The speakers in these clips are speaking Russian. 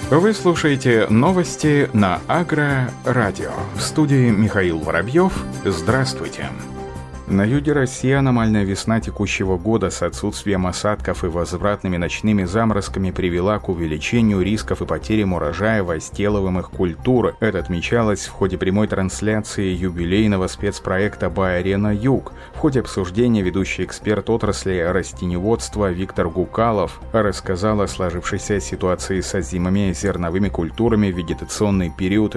Вы слушаете новости на Агро-радио. В студии Михаил Воробьев. Здравствуйте. На юге России аномальная весна текущего года с отсутствием осадков и возвратными ночными заморозками привела к увеличению рисков и потерям урожая возделываемых культур. Это отмечалось в ходе прямой трансляции юбилейного спецпроекта «Бай-Арена Юг». В ходе обсуждения ведущий эксперт отрасли растениеводства Виктор Гукалов рассказал о сложившейся ситуации с озимыми зерновыми культурами в вегетационный период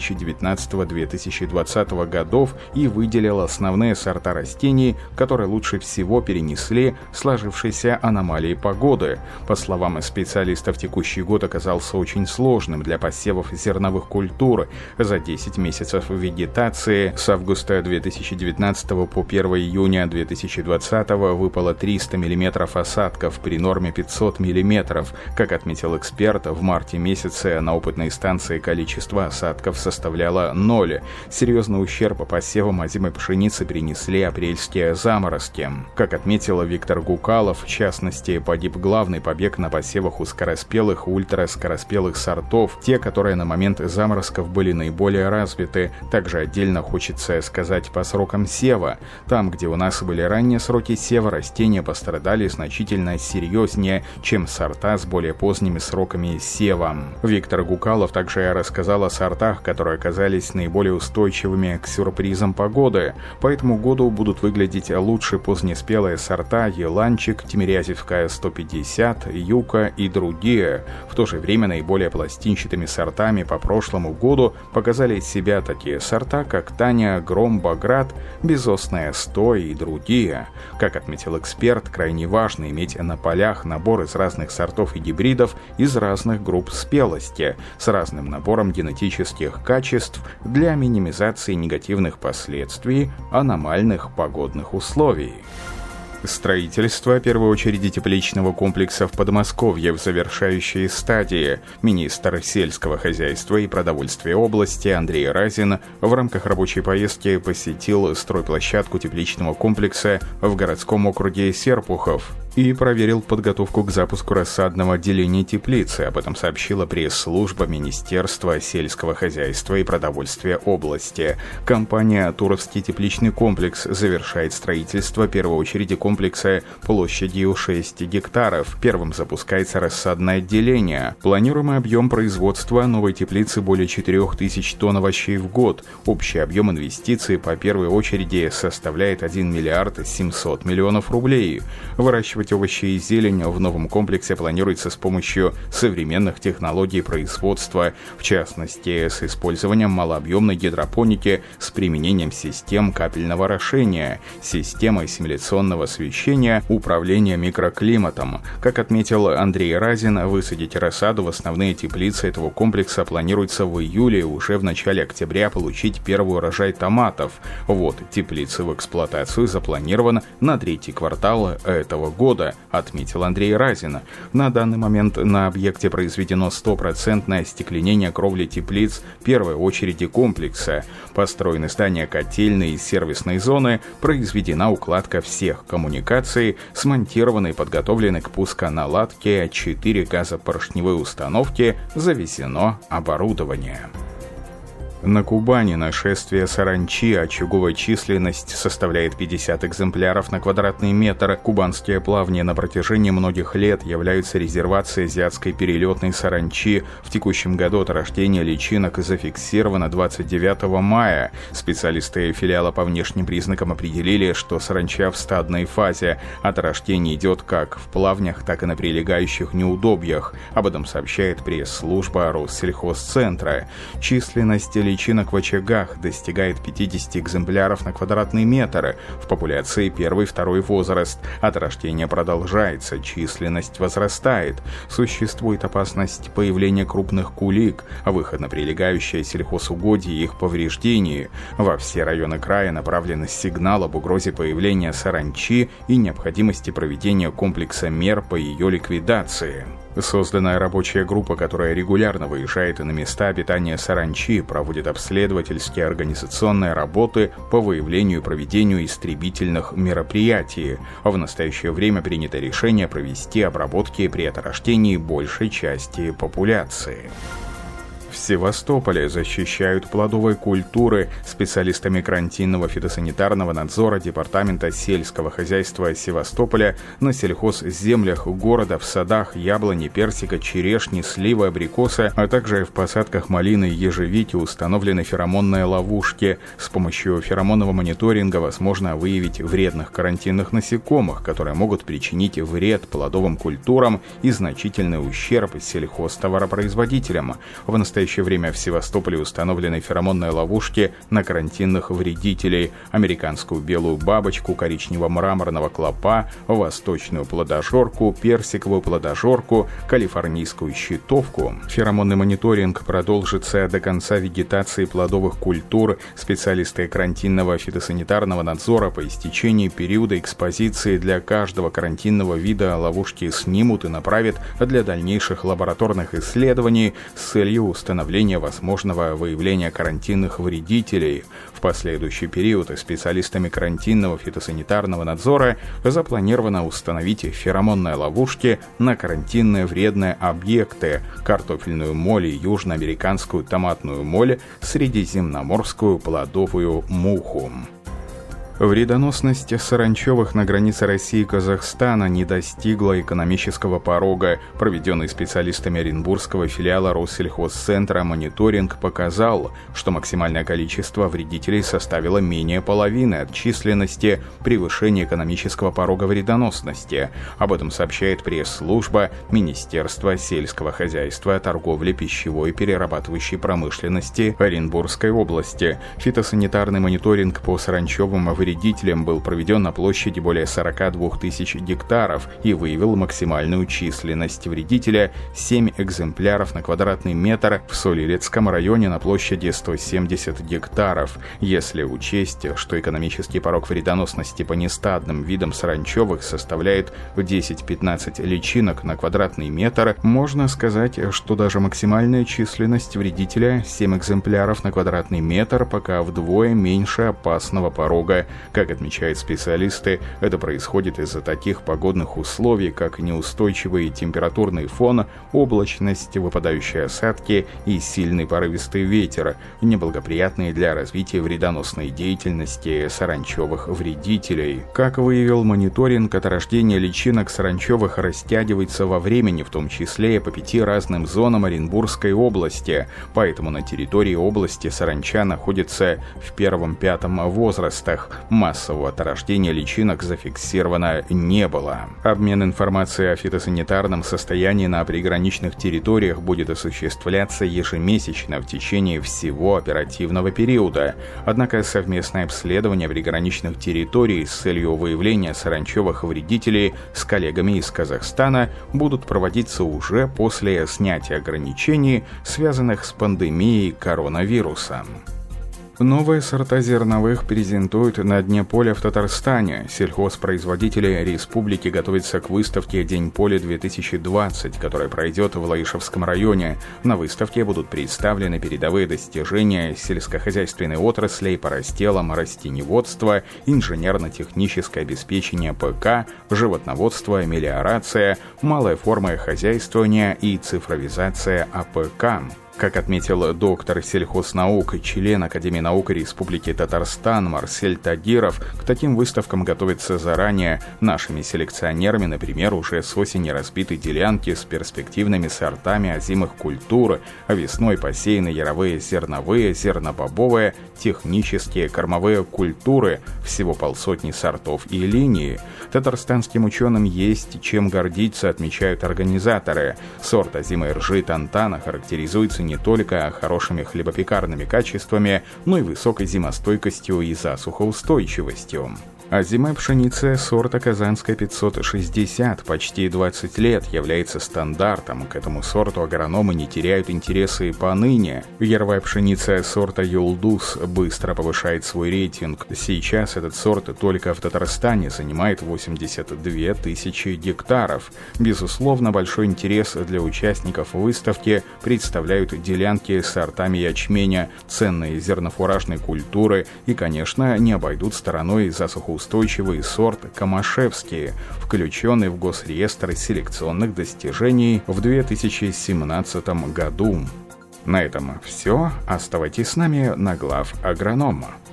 2019-2020 годов и выделил основные сорта растений, которые лучше всего перенесли сложившиеся аномалии погоды. По словам специалистов, текущий год оказался очень сложным для посевов зерновых культур. За 10 месяцев вегетации с августа 2019 по 1 июня 2020 выпало 300 мм осадков при норме 500 мм. Как отметил эксперт, в марте месяце на опытной станции количество осадков составляло 0. Серьезный ущерб по посевам озимой пшеницы принесли апрельские заморозки. Как отметил Виктор Гукалов, в частности, погиб главный побег на посевах у скороспелых и ультраскороспелых сортов, те, которые на момент заморозков были наиболее развиты. Также отдельно хочется сказать по срокам сева. Там, где у нас были ранние сроки сева, растения пострадали значительно серьезнее, чем сорта с более поздними сроками сева. Виктор Гукалов также рассказал о сортах, которые оказались наиболее устойчивыми к сюрпризам погоды. По этому году будут выглядеть лучше позднеспелые сорта еланчик, тимирязевская 150, юка и другие. В то же время наиболее пластинчатыми сортами по прошлому году показали себя такие сорта, как Таня, Гром, Баграт, безосная 100 и другие. Как отметил эксперт, крайне важно иметь на полях набор из разных сортов и гибридов из разных групп спелости с разным набором генетических качеств для минимизации негативных последствий аномальных погодных условий. Строительство, в первую очередь, тепличного комплекса в Подмосковье в завершающей стадии. Министр сельского хозяйства и продовольствия области Андрей Разин в рамках рабочей поездки посетил стройплощадку тепличного комплекса в городском округе Серпухов и проверил подготовку к запуску рассадного отделения теплицы. Об этом сообщила пресс-служба Министерства сельского хозяйства и продовольствия области. Компания «Туровский тепличный комплекс» завершает строительство в первой очереди комплекса площадью 6 гектаров. Первым запускается рассадное отделение. Планируемый объем производства новой теплицы более 4000 тонн овощей в год. Общий объем инвестиций по первой очереди составляет 1 миллиард 700 миллионов рублей. Выращивать овощи и зелень в новом комплексе планируется с помощью современных технологий производства, в частности, с использованием малообъемной гидропоники с применением систем капельного орошения, системы ассимиляционного освещения, управления микроклиматом. Как отметил Андрей Разин, высадить рассаду в основные теплицы этого комплекса планируется в июле и уже в начале октября получить первый урожай томатов. Вот теплицы в эксплуатацию запланирован на 3-й квартал этого года, отметил Андрей Разин. На данный момент на объекте произведено 100% остекление кровли теплиц первой очереди комплекса. Построены здания котельной и сервисной зоны, произведена укладка всех коммуникаций, смонтированы и подготовлены к пусконаладке 4 газопоршневые установки, завезено оборудование. На Кубани нашествие саранчи, очаговая численность составляет 50 экземпляров на квадратный метр. Кубанские плавни на протяжении многих лет являются резервацией азиатской перелетной саранчи. В текущем году от рождения личинок зафиксировано 29 мая. Специалисты филиала по внешним признакам определили, что саранча в стадной фазе. От рождения идет как в плавнях, так и на прилегающих неудобьях. Об этом сообщает пресс-служба Россельхозцентра. Численность личинок в очагах достигает 50 экземпляров на квадратный метр. В популяции 1-2 возраст. От рождения продолжается, численность возрастает. Существует опасность появления крупных кулик, выход на прилегающие сельхозугодья и их повреждений. Во все районы края направлен сигнал об угрозе появления саранчи и необходимости проведения комплекса мер по ее ликвидации. Созданная рабочая группа, которая регулярно выезжает на места обитания саранчи, проводит обследовательские организационные работы по выявлению и проведению истребительных мероприятий. В настоящее время принято решение провести обработки при оторождении большей части популяции. В Севастополе защищают плодовые культуры. Специалистами карантинного фитосанитарного надзора Департамента сельского хозяйства Севастополя на сельхозземлях города в садах яблони, персика, черешни, сливы, абрикоса, а также в посадках малины и ежевики установлены феромонные ловушки. С помощью феромонного мониторинга возможно выявить вредных карантинных насекомых, которые могут причинить вред плодовым культурам и значительный ущерб сельхозтоваропроизводителям. В настоящее время в Севастополе установлены феромонные ловушки на карантинных вредителей: американскую белую бабочку, коричнево-мраморного клопа, восточную плодожорку, персиковую плодожорку, калифорнийскую щитовку. Феромонный мониторинг продолжится до конца вегетации плодовых культур. Специалисты карантинного фитосанитарного надзора по истечении периода экспозиции для каждого карантинного вида ловушки снимут и направят для дальнейших лабораторных исследований с целью установления возможного выявления карантинных вредителей. В последующий период специалистами карантинного фитосанитарного надзора запланировано установить феромонные ловушки на карантинные вредные объекты: картофельную моль, южноамериканскую томатную моль, средиземноморскую плодовую муху. Вредоносность саранчевых на границе России и Казахстана не достигла экономического порога. Проведенный специалистами Оренбургского филиала Россельхозцентра мониторинг показал, что максимальное количество вредителей составило менее половины от численности превышения экономического порога вредоносности. Об этом сообщает пресс-служба Министерства сельского хозяйства, торговли, пищевой и перерабатывающей промышленности Оренбургской области. Фитосанитарный мониторинг по саранчевым вредителям был проведен на площади более 42 тысяч гектаров и выявил максимальную численность вредителя 7 экземпляров на квадратный метр в Солилецком районе на площади 170 гектаров. Если учесть, что экономический порог вредоносности по нестадным видам саранчевых составляет 10-15 личинок на квадратный метр, можно сказать, что даже максимальная численность вредителя 7 экземпляров на квадратный метр пока вдвое меньше опасного порога. Как отмечают специалисты, это происходит из-за таких погодных условий, как неустойчивый температурный фон, облачность, выпадающие осадки и сильный порывистый ветер, неблагоприятные для развития вредоносной деятельности саранчевых вредителей. Как выявил мониторинг, оторождение личинок саранчевых растягивается во времени, в том числе и по 5 разным зонам Оренбургской области, поэтому на территории области саранча находится в 1-5 возрастах. Массового оторождения личинок зафиксировано не было. Обмен информацией о фитосанитарном состоянии на приграничных территориях будет осуществляться ежемесячно в течение всего оперативного периода. Однако совместное обследование приграничных территорий с целью выявления саранчевых вредителей с коллегами из Казахстана будут проводиться уже после снятия ограничений, связанных с пандемией коронавируса. Новые сорта зерновых презентуют на дне поля в Татарстане. Сельхозпроизводители республики готовятся к выставке «День поля-2020», которая пройдет в Лаишевском районе. На выставке будут представлены передовые достижения сельскохозяйственной отрасли по разделам растениеводства, инженерно-техническое обеспечение ПК, животноводство, мелиорация, малая форма хозяйствования и цифровизация АПК. Как отметил доктор сельхознаук, член Академии наук Республики Татарстан Марсель Тагиров, к таким выставкам готовятся заранее. Нашими селекционерами, например, уже с осени разбиты делянки с перспективными сортами озимых культур, а весной посеяны яровые зерновые, зернобобовые, технические, кормовые культуры, всего 150 сортов и линий. Татарстанским ученым есть чем гордиться, отмечают организаторы. Сорт озимой ржи Тантана характеризуется не только хорошими хлебопекарными качествами, но и высокой зимостойкостью и засухоустойчивостью. Озимая пшеница сорта Казанская 560 почти 20 лет является стандартом. К этому сорту агрономы не теряют интереса и поныне. Яровая пшеница сорта Юлдус быстро повышает свой рейтинг. Сейчас этот сорт только в Татарстане занимает 82 тысячи гектаров. Безусловно, большой интерес для участников выставки представляют делянки с сортами ячменя, ценные зернофуражные культуры и, конечно, не обойдут стороной засухоустойчивый сорт Камашевский, включенный в Госреестр селекционных достижений в 2017 году. На этом все. Оставайтесь с нами на глав агронома.